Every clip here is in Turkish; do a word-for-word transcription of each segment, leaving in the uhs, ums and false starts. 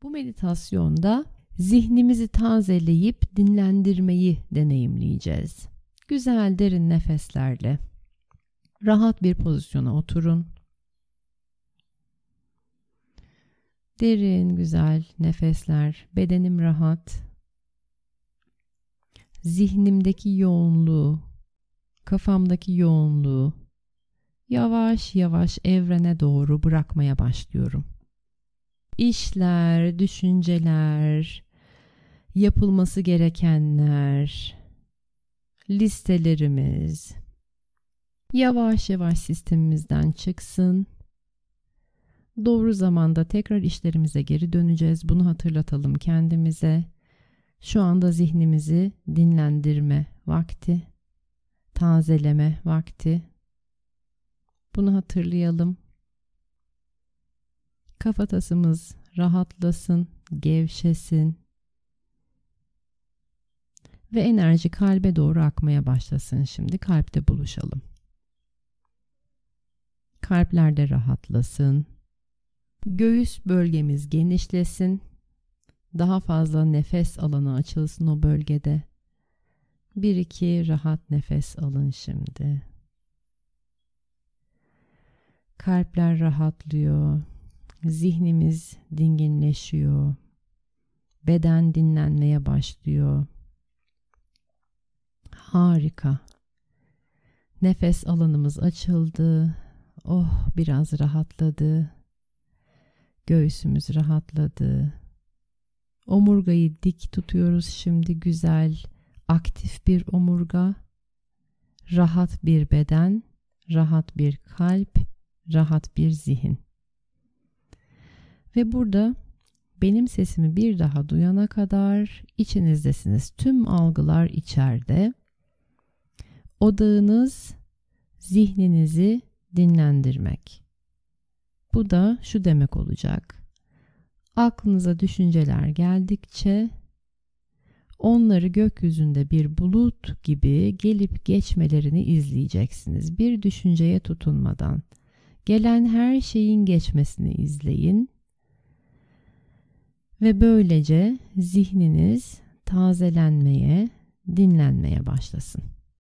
Bu meditasyonda zihnimizi tazeleyip dinlendirmeyi deneyimleyeceğiz. Güzel derin nefeslerle rahat bir pozisyona oturun. Derin güzel nefesler, bedenim rahat. Zihnimdeki yoğunluğu, kafamdaki yoğunluğu yavaş yavaş evrene doğru bırakmaya başlıyorum. İşler, düşünceler, yapılması gerekenler, listelerimiz yavaş yavaş sistemimizden çıksın. Doğru zamanda tekrar işlerimize geri döneceğiz. Bunu hatırlatalım kendimize. Şu anda zihnimizi dinlendirme vakti, tazeleme vakti. Bunu hatırlayalım. Kafatasımız rahatlasın, gevşesin ve enerji kalbe doğru akmaya başlasın. Şimdi kalpte buluşalım. Kalplerde rahatlasın. Göğüs bölgemiz genişlesin. Daha fazla nefes alanı açılsın o bölgede. Bir iki rahat nefes alın şimdi. Kalpler rahatlıyor. Zihnimiz dinginleşiyor. Beden dinlenmeye başlıyor. Harika. Nefes alanımız açıldı. Oh, biraz rahatladı. Göğsümüz rahatladı. Omurgayı dik tutuyoruz şimdi, güzel, aktif bir omurga. Rahat bir beden, rahat bir kalp, rahat bir zihin. Ve burada benim sesimi bir daha duyana kadar içinizdesiniz. Tüm algılar içeride. Odağınız zihninizi dinlendirmek. Bu da şu demek olacak. Aklınıza düşünceler geldikçe onları gökyüzünde bir bulut gibi gelip geçmelerini izleyeceksiniz. Bir düşünceye tutunmadan gelen her şeyin geçmesini izleyin ve böylece zihniniz tazelenmeye, dinlenmeye başlasın.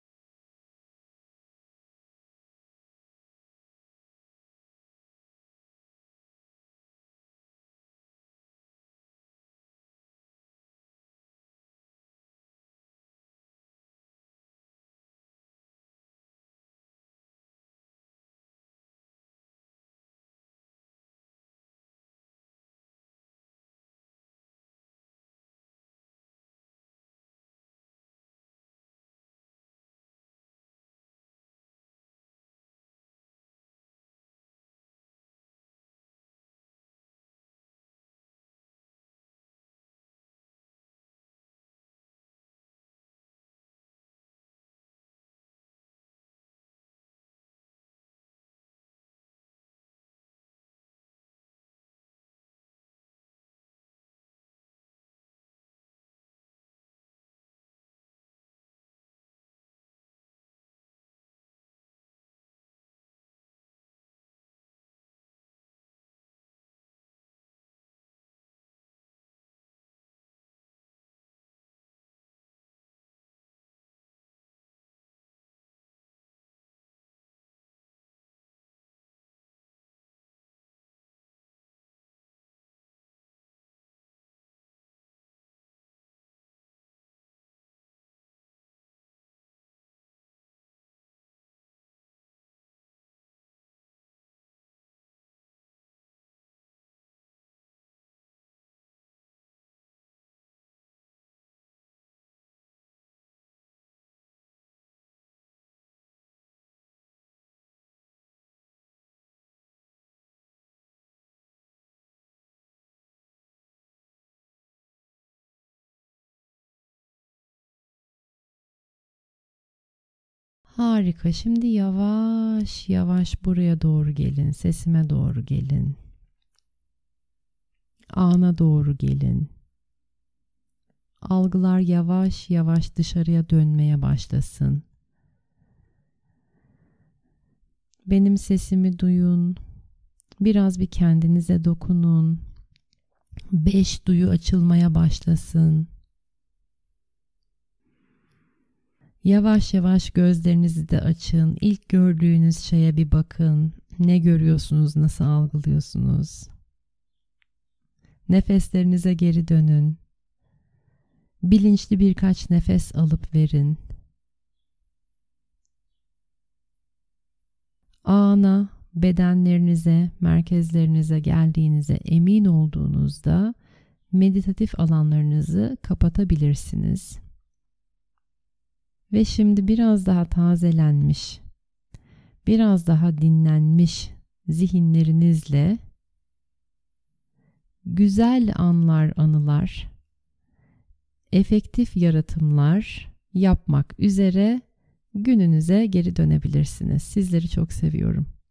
Harika. Şimdi yavaş yavaş buraya doğru gelin. Sesime doğru gelin. Ana doğru gelin. Algılar yavaş yavaş dışarıya dönmeye başlasın. Benim sesimi duyun. Biraz bir kendinize dokunun. Beş duyu açılmaya başlasın. Yavaş yavaş gözlerinizi de açın. İlk gördüğünüz şeye bir bakın. Ne görüyorsunuz, nasıl algılıyorsunuz? Nefeslerinize geri dönün. Bilinçli birkaç nefes alıp verin. Ana, bedenlerinize, merkezlerinize geldiğinize emin olduğunuzda meditatif alanlarınızı kapatabilirsiniz. Ve şimdi biraz daha tazelenmiş, biraz daha dinlenmiş zihinlerinizle güzel anlar, anılar, efektif yaratımlar yapmak üzere gününüze geri dönebilirsiniz. Sizleri çok seviyorum.